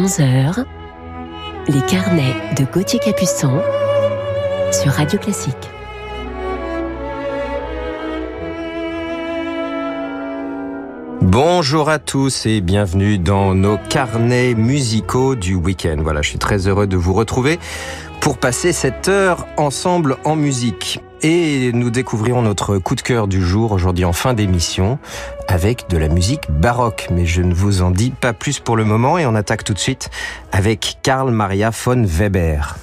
11h, les carnets de Gauthier Capuçon sur Radio Classique. Bonjour à tous et bienvenue dans nos carnets musicaux du week-end. Voilà, je suis très heureux de vous retrouver pour passer cette heure ensemble en musique. Et nous découvrirons notre coup de cœur du jour aujourd'hui en fin d'émission avec de la musique baroque. Mais je ne vous en dis pas plus pour le moment et on attaque tout de suite avec Carl Maria von Weber.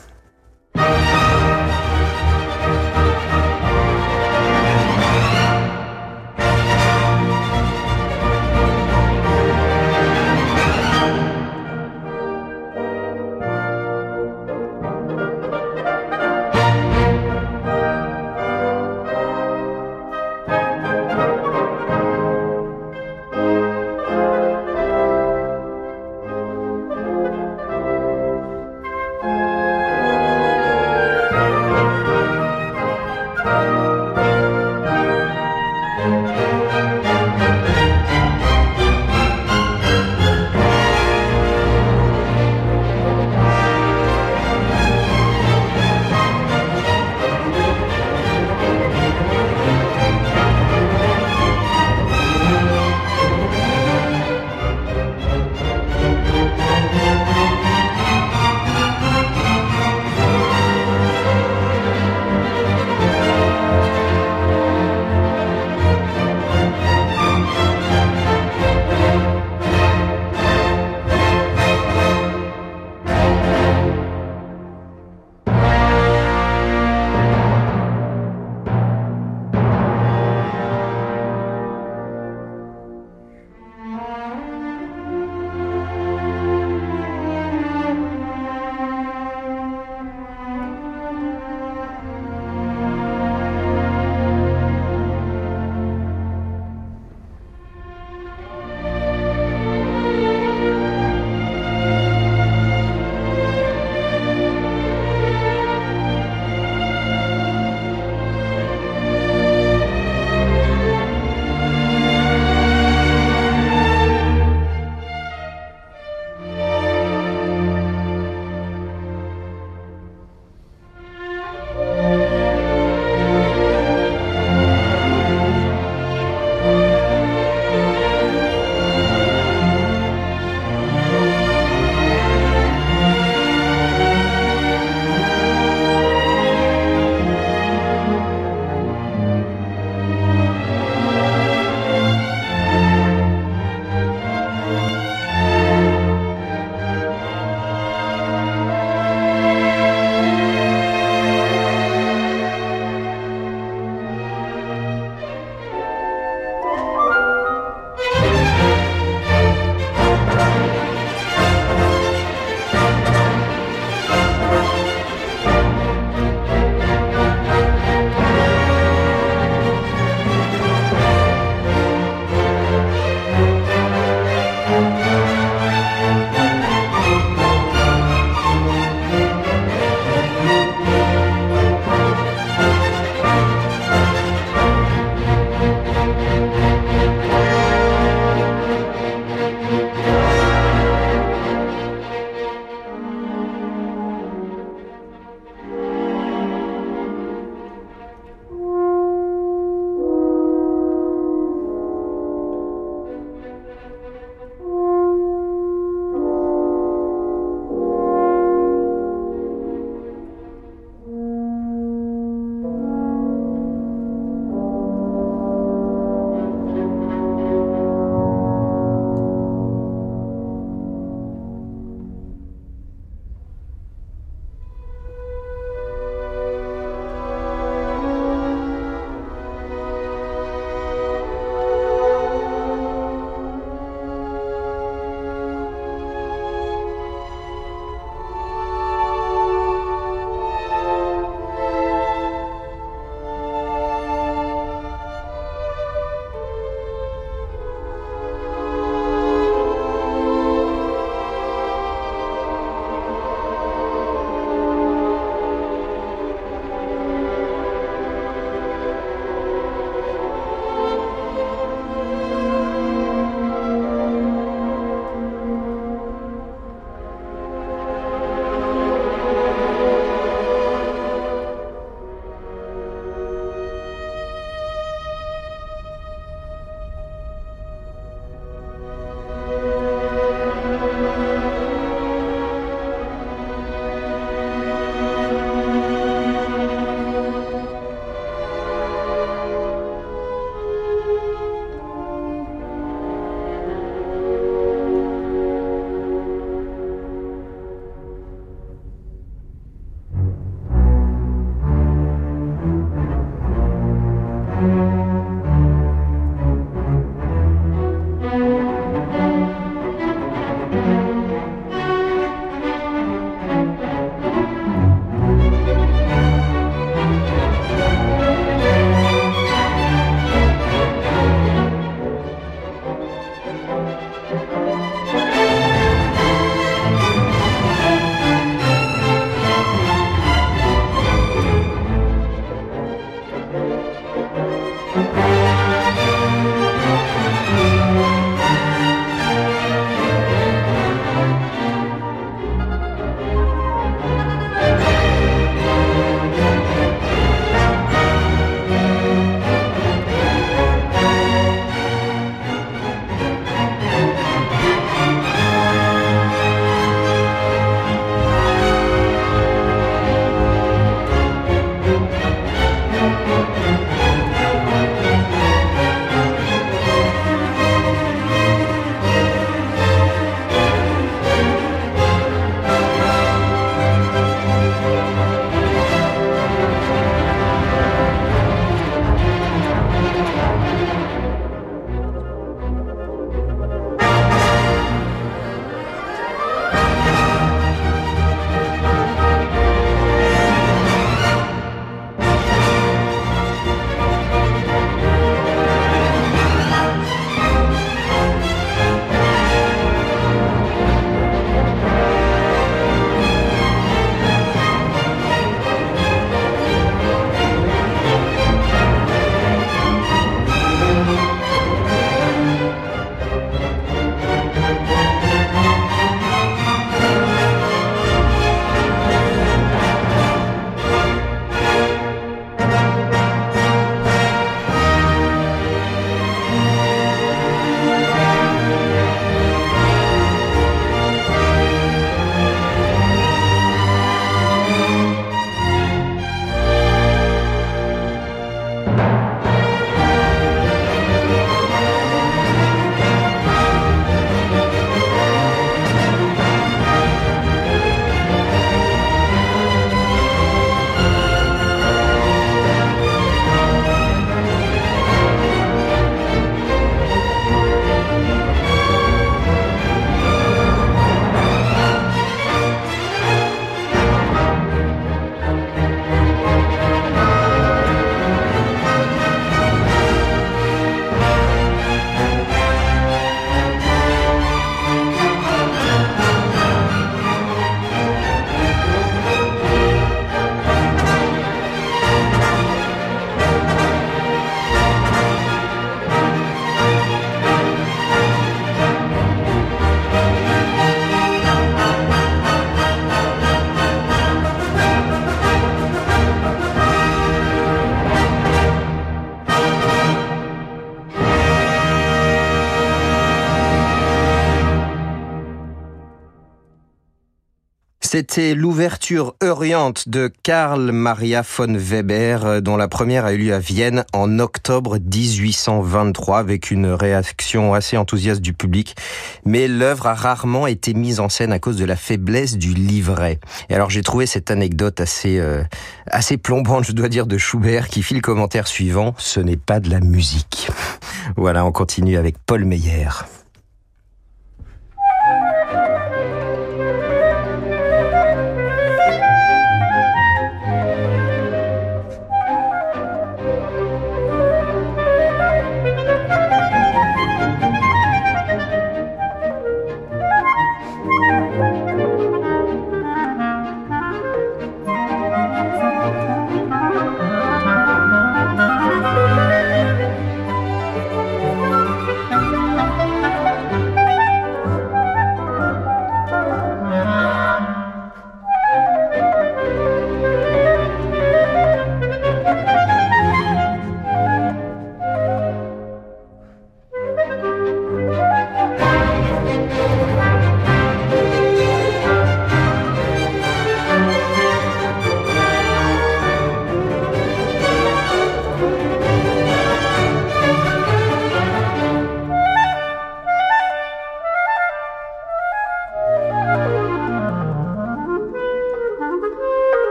C'était l'ouverture Euryanthe de Karl Maria von Weber, dont la première a eu lieu à Vienne en octobre 1823 avec une réaction assez enthousiaste du public. Mais l'œuvre a rarement été mise en scène à cause de la faiblesse du livret. Et alors j'ai trouvé cette anecdote assez plombante, je dois dire, de Schubert qui fit le commentaire suivant: ce n'est pas de la musique. Voilà, on continue avec Paul Meyer.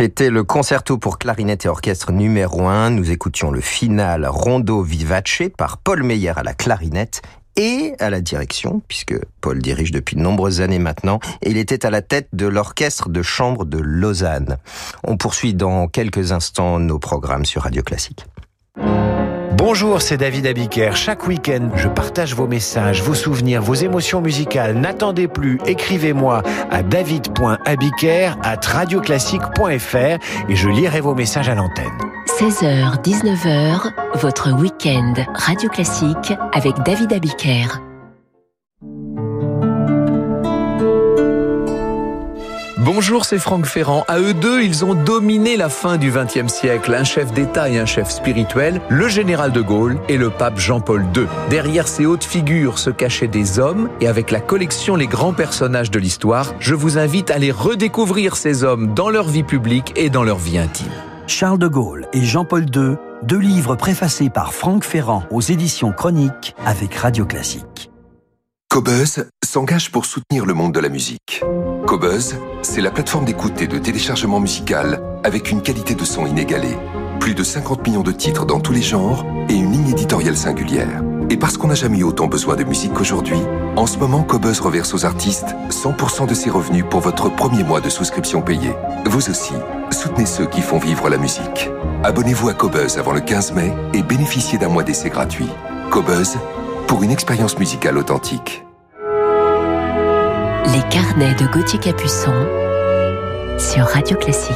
C'était le concerto pour clarinette et orchestre numéro 1. Nous écoutions le final Rondo Vivace par Paul Meyer à la clarinette et à la direction, puisque Paul dirige depuis de nombreuses années maintenant, et il était à la tête de l'orchestre de chambre de Lausanne. On poursuit dans quelques instants nos programmes sur Radio Classique. Bonjour, c'est David Abiker. Chaque week-end, je partage vos messages, vos souvenirs, vos émotions musicales. N'attendez plus, écrivez-moi à david.abiker@radioclassique.fr et je lirai vos messages à l'antenne. 16h, 19h, votre week-end Radio Classique avec David Abiker. Bonjour, c'est Franck Ferrand. À eux deux, ils ont dominé la fin du XXe siècle. Un chef d'État et un chef spirituel, le général de Gaulle et le pape Jean-Paul II. Derrière ces hautes figures se cachaient des hommes et avec la collection Les grands personnages de l'histoire, je vous invite à les redécouvrir ces hommes dans leur vie publique et dans leur vie intime. Charles de Gaulle et Jean-Paul II, 2 livres préfacés par Franck Ferrand aux éditions Chroniques avec Radio Classique. Qobuz s'engage pour soutenir le monde de la musique. Qobuz, c'est la plateforme d'écoute et de téléchargement musical avec une qualité de son inégalée. Plus de 50 millions de titres dans tous les genres et une ligne éditoriale singulière. Et parce qu'on n'a jamais eu autant besoin de musique qu'aujourd'hui, en ce moment, Qobuz reverse aux artistes 100% de ses revenus pour votre premier mois de souscription payée. Vous aussi, soutenez ceux qui font vivre la musique. Abonnez-vous à Qobuz avant le 15 mai et bénéficiez d'un mois d'essai gratuit. Qobuz, pour une expérience musicale authentique. Les carnets de Gauthier Capuçon sur Radio Classique.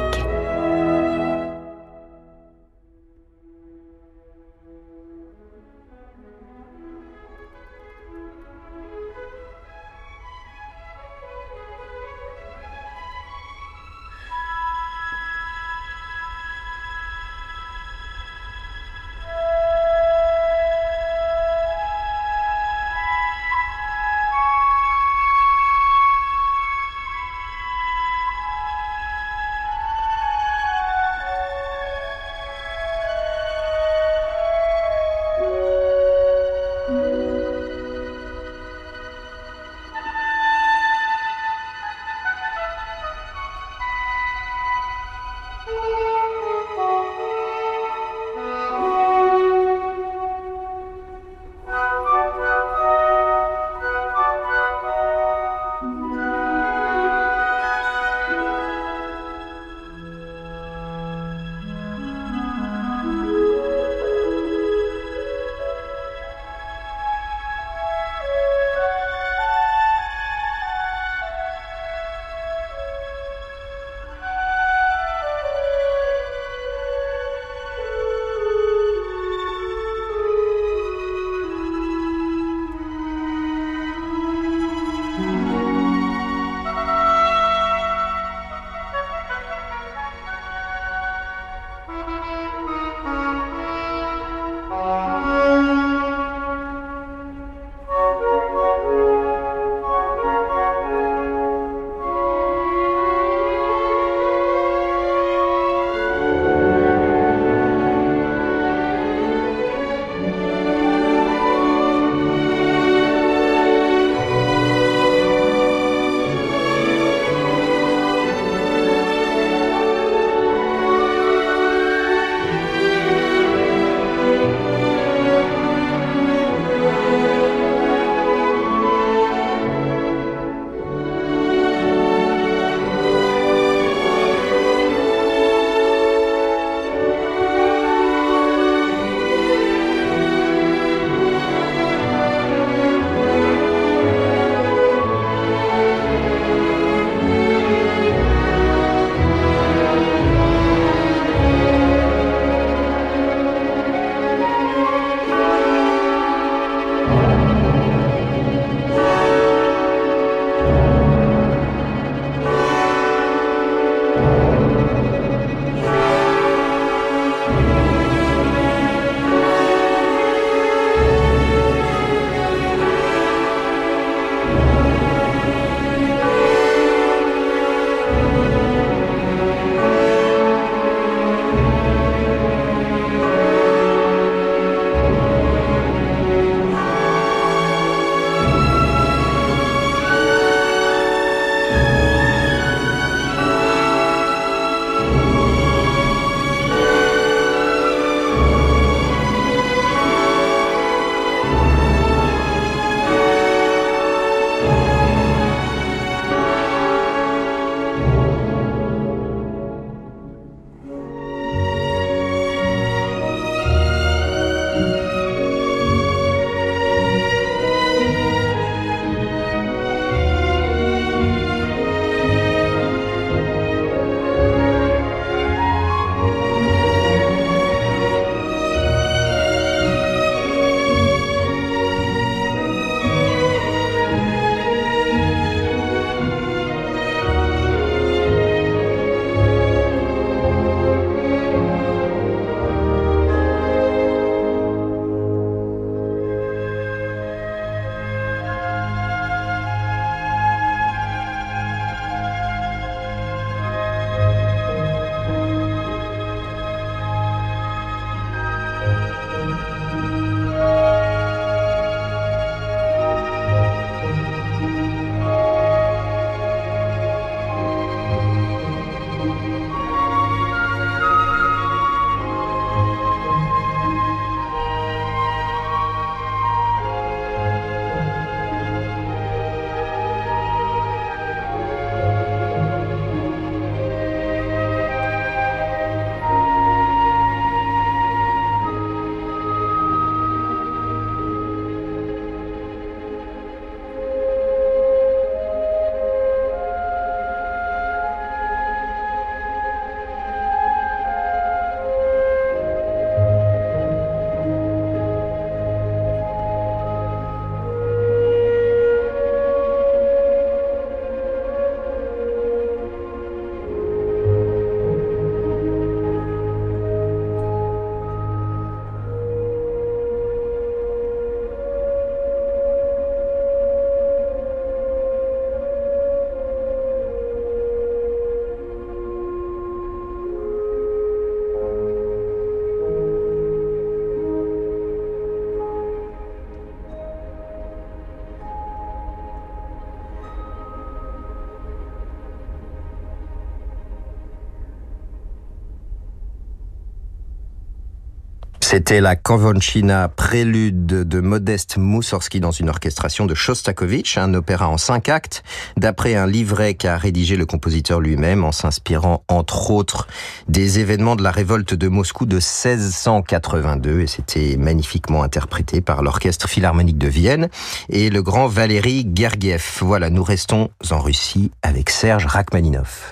C'était la Konvanchina, prélude de Modeste Moussorgsky dans une orchestration de Shostakovich, un opéra en 5 actes, d'après un livret qu'a rédigé le compositeur lui-même en s'inspirant entre autres des événements de la révolte de Moscou de 1682, et c'était magnifiquement interprété par l'Orchestre Philharmonique de Vienne et le grand Valéry Gergiev. Voilà, nous restons en Russie avec Serge Rachmaninov.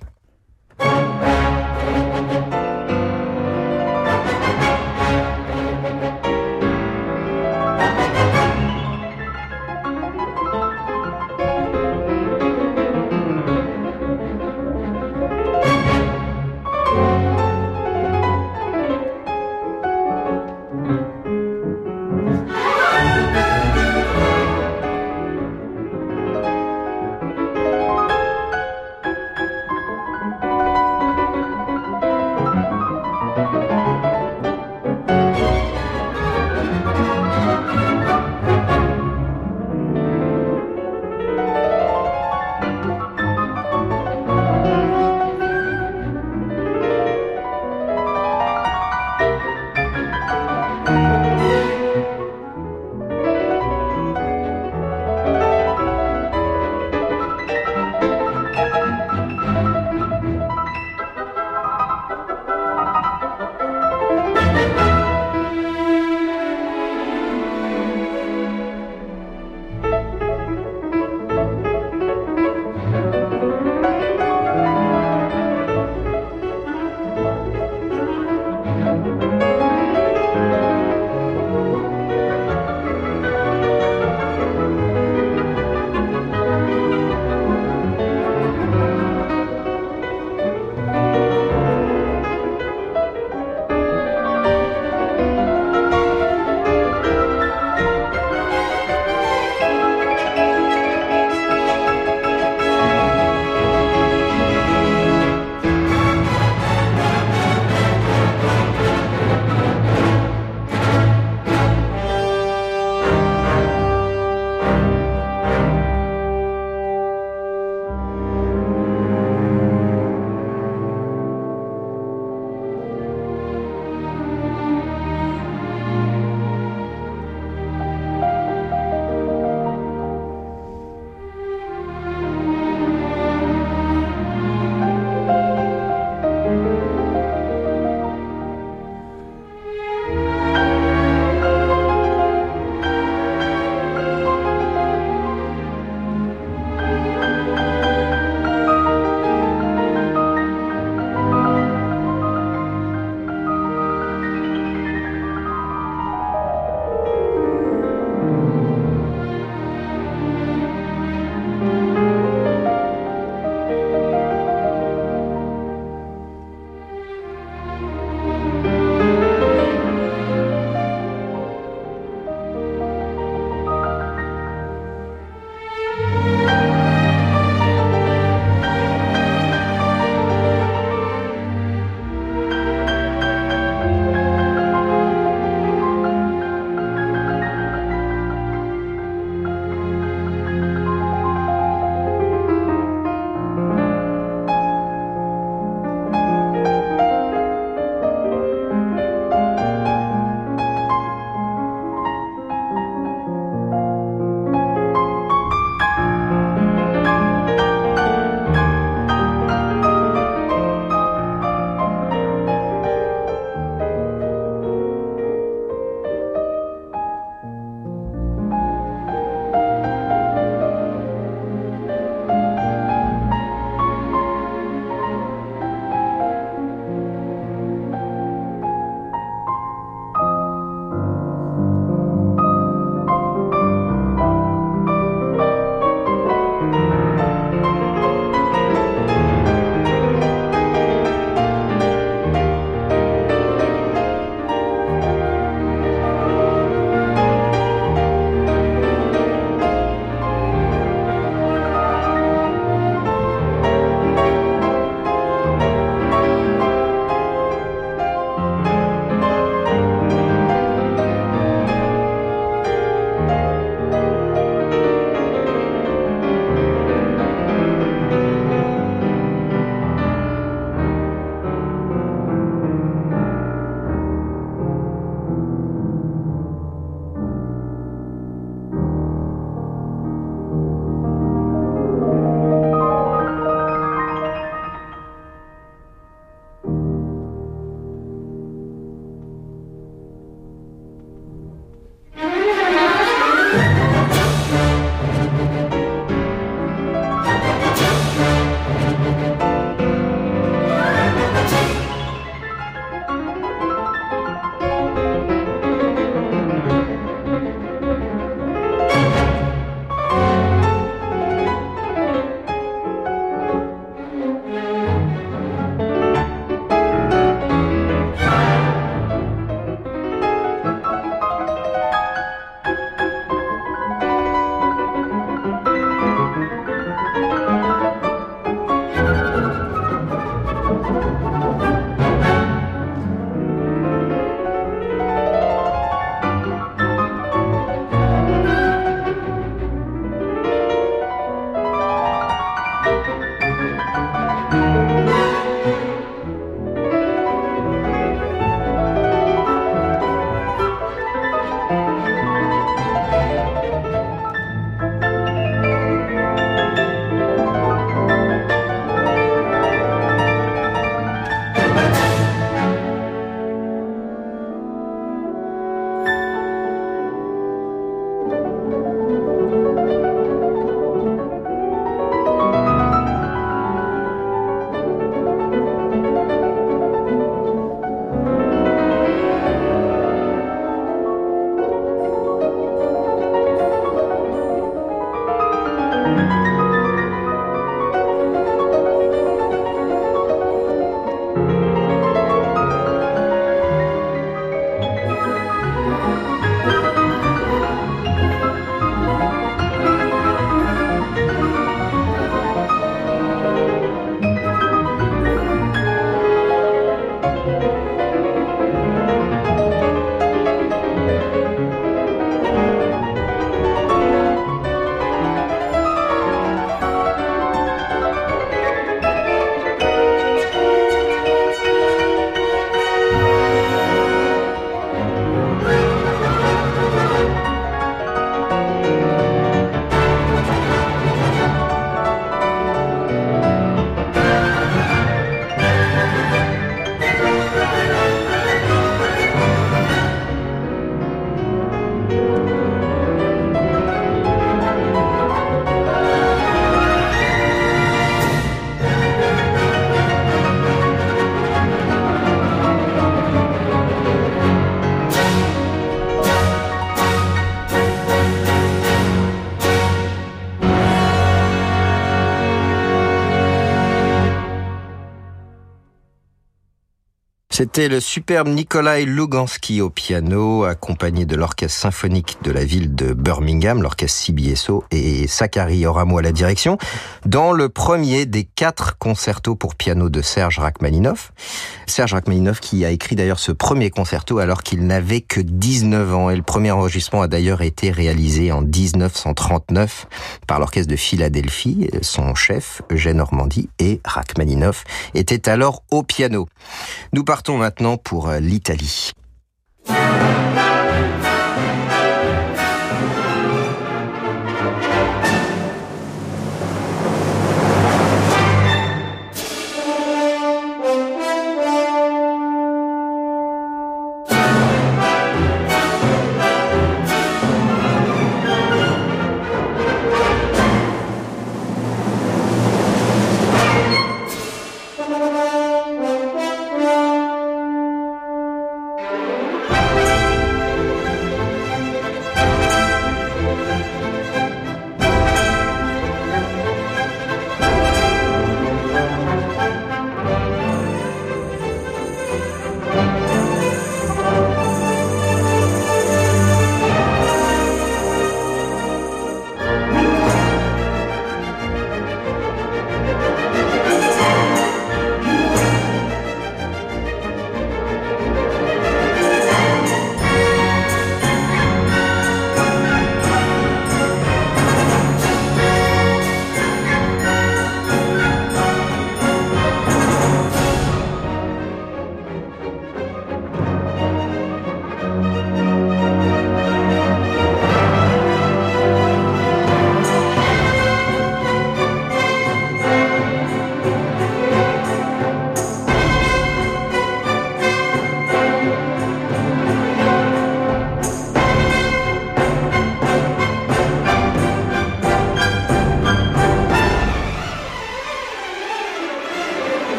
C'était le superbe Nikolai Lugansky au piano, accompagné de l'orchestre symphonique de la ville de Birmingham, l'orchestre CBSO, et Sakari Oramo à la direction, dans le premier des 4 concertos pour piano de Serge Rachmaninov. Serge Rachmaninov qui a écrit d'ailleurs ce premier concerto alors qu'il n'avait que 19 ans. Et le premier enregistrement a d'ailleurs été réalisé en 1939 par l'orchestre de Philadelphie. Son chef, Eugène Ormandy, et Rachmaninov était alors au piano. Nous partons maintenant pour l'Italie.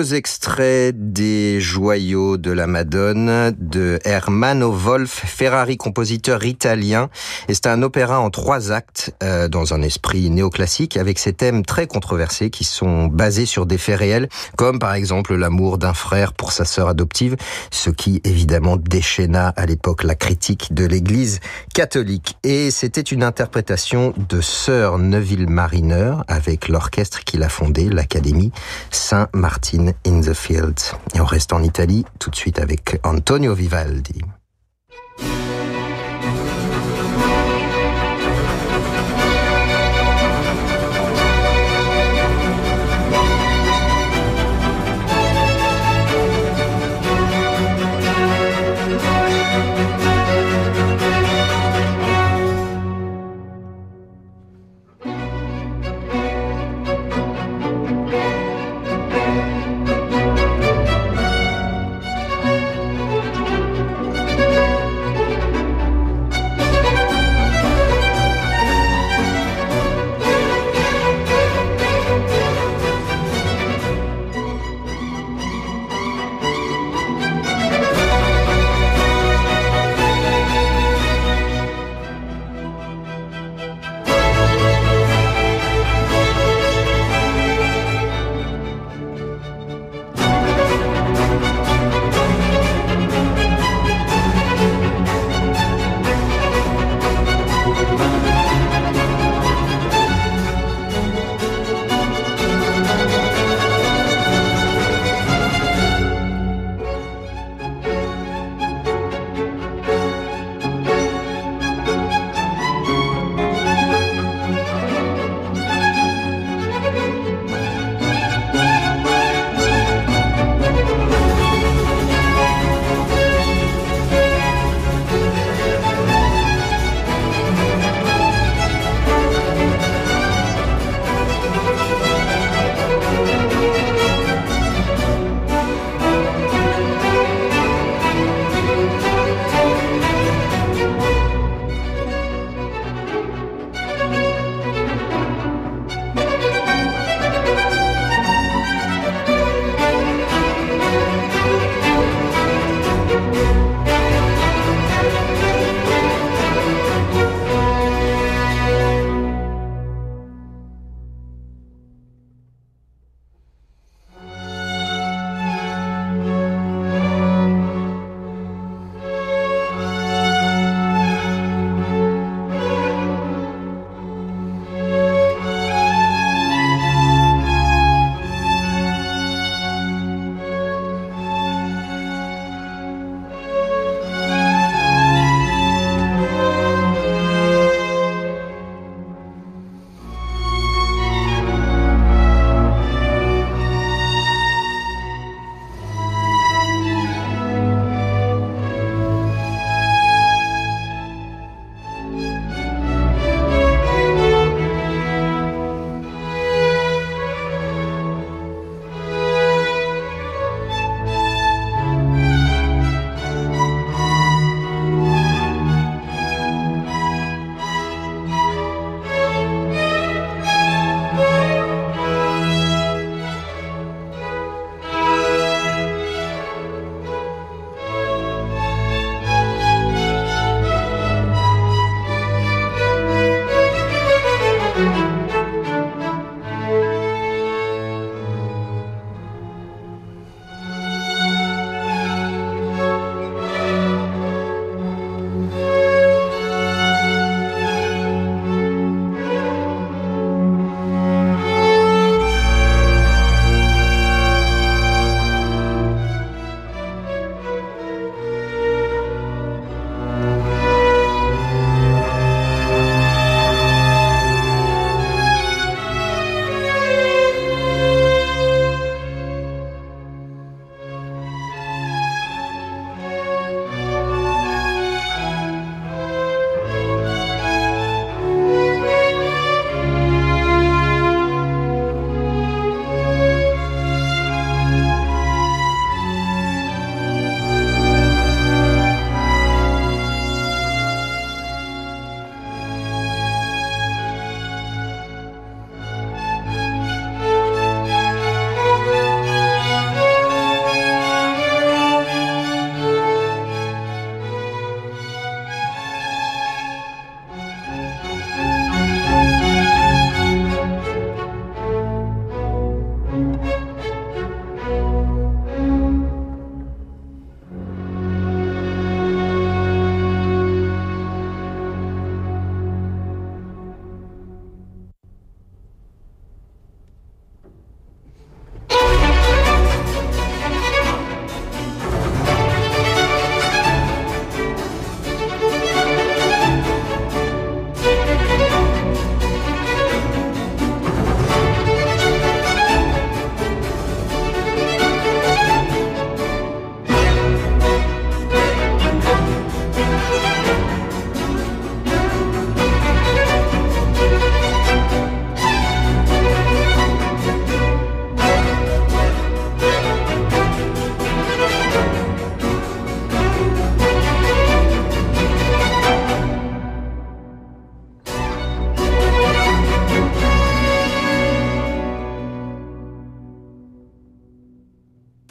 2 extraits des Joyaux de la Madone de Ermanno Wolf, Ferrari, compositeur italien. Et c'est un opéra en 3 actes dans un esprit néoclassique avec ses thèmes très controversés qui sont basés sur des faits réels, comme par exemple l'amour d'un frère pour sa sœur adoptive, ce qui évidemment déchaîna à l'époque la critique de l'Église catholique. Et c'était une interprétation de Sir Neville Marriner avec l'orchestre qu'il a fondé, l'Académie Saint-Martin-in-the-Fields. Et on reste en Italie tout de suite avec Antonio Vivaldi.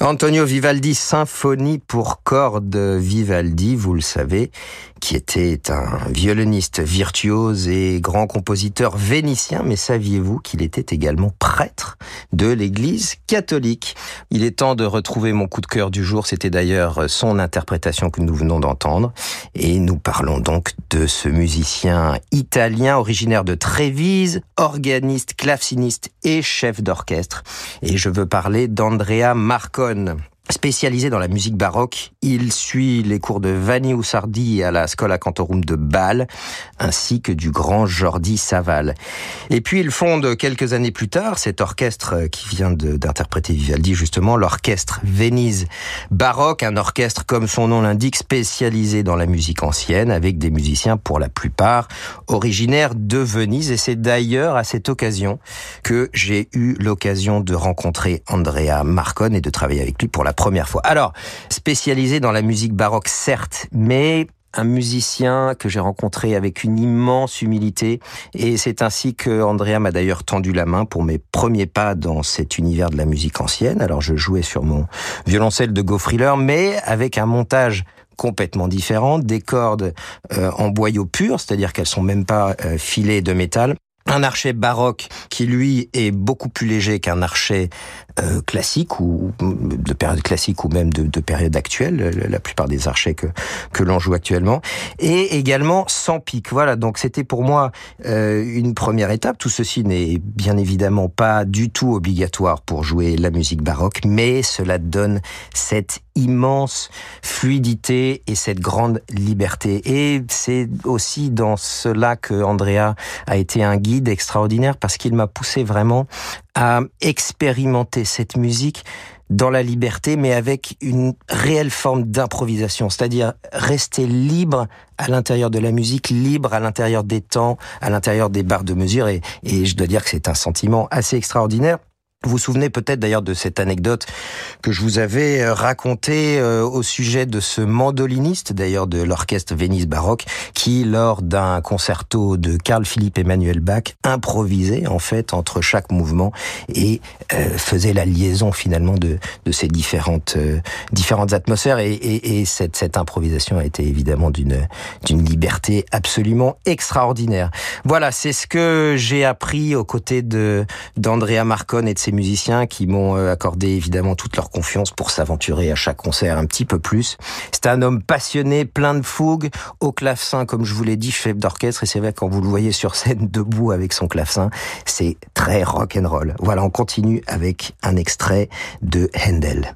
Antonio Vivaldi, symphonie pour cordes Vivaldi, vous le savez, qui était un violoniste virtuose et grand compositeur vénitien, mais saviez-vous qu'il était également prêtre de l'Église catholique? Il est temps de retrouver mon coup de cœur du jour, c'était d'ailleurs son interprétation que nous venons d'entendre, et nous parlons donc de ce musicien italien originaire de Trévise, organiste, claveciniste et chef d'orchestre, et je veux parler d'Andrea Marcone. Spécialisé dans la musique baroque, il suit les cours de Vanni Usardi à la Schola Cantorum de Bâle, ainsi que du grand Jordi Savall. Et puis il fonde quelques années plus tard cet orchestre qui vient d'interpréter Vivaldi, justement, l'orchestre Venise Baroque, un orchestre, comme son nom l'indique, spécialisé dans la musique ancienne, avec des musiciens pour la plupart originaires de Venise. Et c'est d'ailleurs à cette occasion que j'ai eu l'occasion de rencontrer Andrea Marcone et de travailler avec lui pour la première fois. Alors, spécialisé dans la musique baroque, certes, mais un musicien que j'ai rencontré avec une immense humilité, et c'est ainsi que Andrea m'a d'ailleurs tendu la main pour mes premiers pas dans cet univers de la musique ancienne. Alors, je jouais sur mon violoncelle de Gofriller, mais avec un montage complètement différent, des cordes en boyau pur, c'est-à-dire qu'elles sont même pas filées de métal. Un archet baroque qui, lui, est beaucoup plus léger qu'un archet classique ou de période classique ou même de période actuelle, la plupart des archets que l'on joue actuellement, et également sans pic. Voilà, donc c'était pour moi une première étape. Tout ceci n'est bien évidemment pas du tout obligatoire pour jouer la musique baroque, mais cela donne cette immense fluidité et cette grande liberté. Et c'est aussi dans cela que Andrea a été un guide extraordinaire, parce qu'il m'a poussé vraiment à expérimenter cette musique dans la liberté, mais avec une réelle forme d'improvisation, c'est-à-dire rester libre à l'intérieur de la musique, libre à l'intérieur des temps, à l'intérieur des barres de mesure, et je dois dire que c'est un sentiment assez extraordinaire. Vous vous souvenez peut-être d'ailleurs de cette anecdote que je vous avais racontée au sujet de ce mandoliniste, d'ailleurs de l'orchestre Venise Baroque, qui, lors d'un concerto de Carl Philipp Emanuel Bach, improvisait en fait entre chaque mouvement et faisait la liaison finalement de ces différentes atmosphères, et cette improvisation a été évidemment d'une liberté absolument extraordinaire. Voilà, c'est ce que j'ai appris aux côtés d'Andrea Marcone et de ses musiciens qui m'ont accordé évidemment toute leur confiance pour s'aventurer à chaque concert un petit peu plus. C'est un homme passionné, plein de fougue, au clavecin, comme je vous l'ai dit, chef d'orchestre, et c'est vrai, quand vous le voyez sur scène debout avec son clavecin, c'est très rock'n'roll. Voilà, on continue avec un extrait de Handel.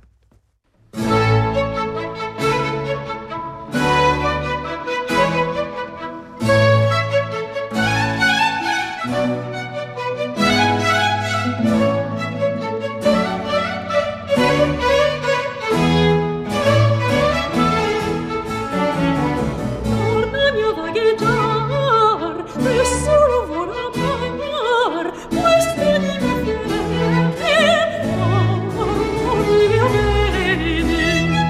Vedi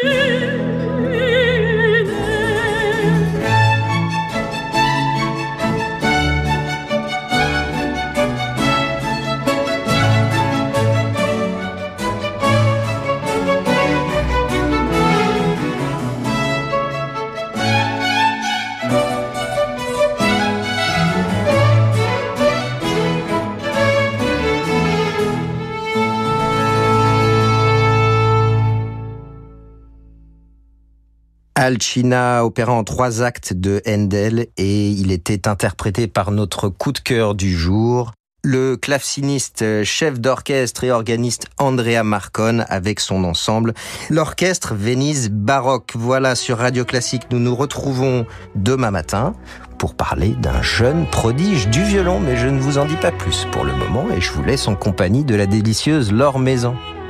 Alcina, opéra en 3 actes de Handel, et il était interprété par notre coup de cœur du jour, le claveciniste, chef d'orchestre et organiste Andrea Marcon avec son ensemble, l'orchestre Venise Baroque. Voilà, sur Radio Classique, nous nous retrouvons demain matin pour parler d'un jeune prodige du violon, mais je ne vous en dis pas plus pour le moment et je vous laisse en compagnie de la délicieuse Laure Maison.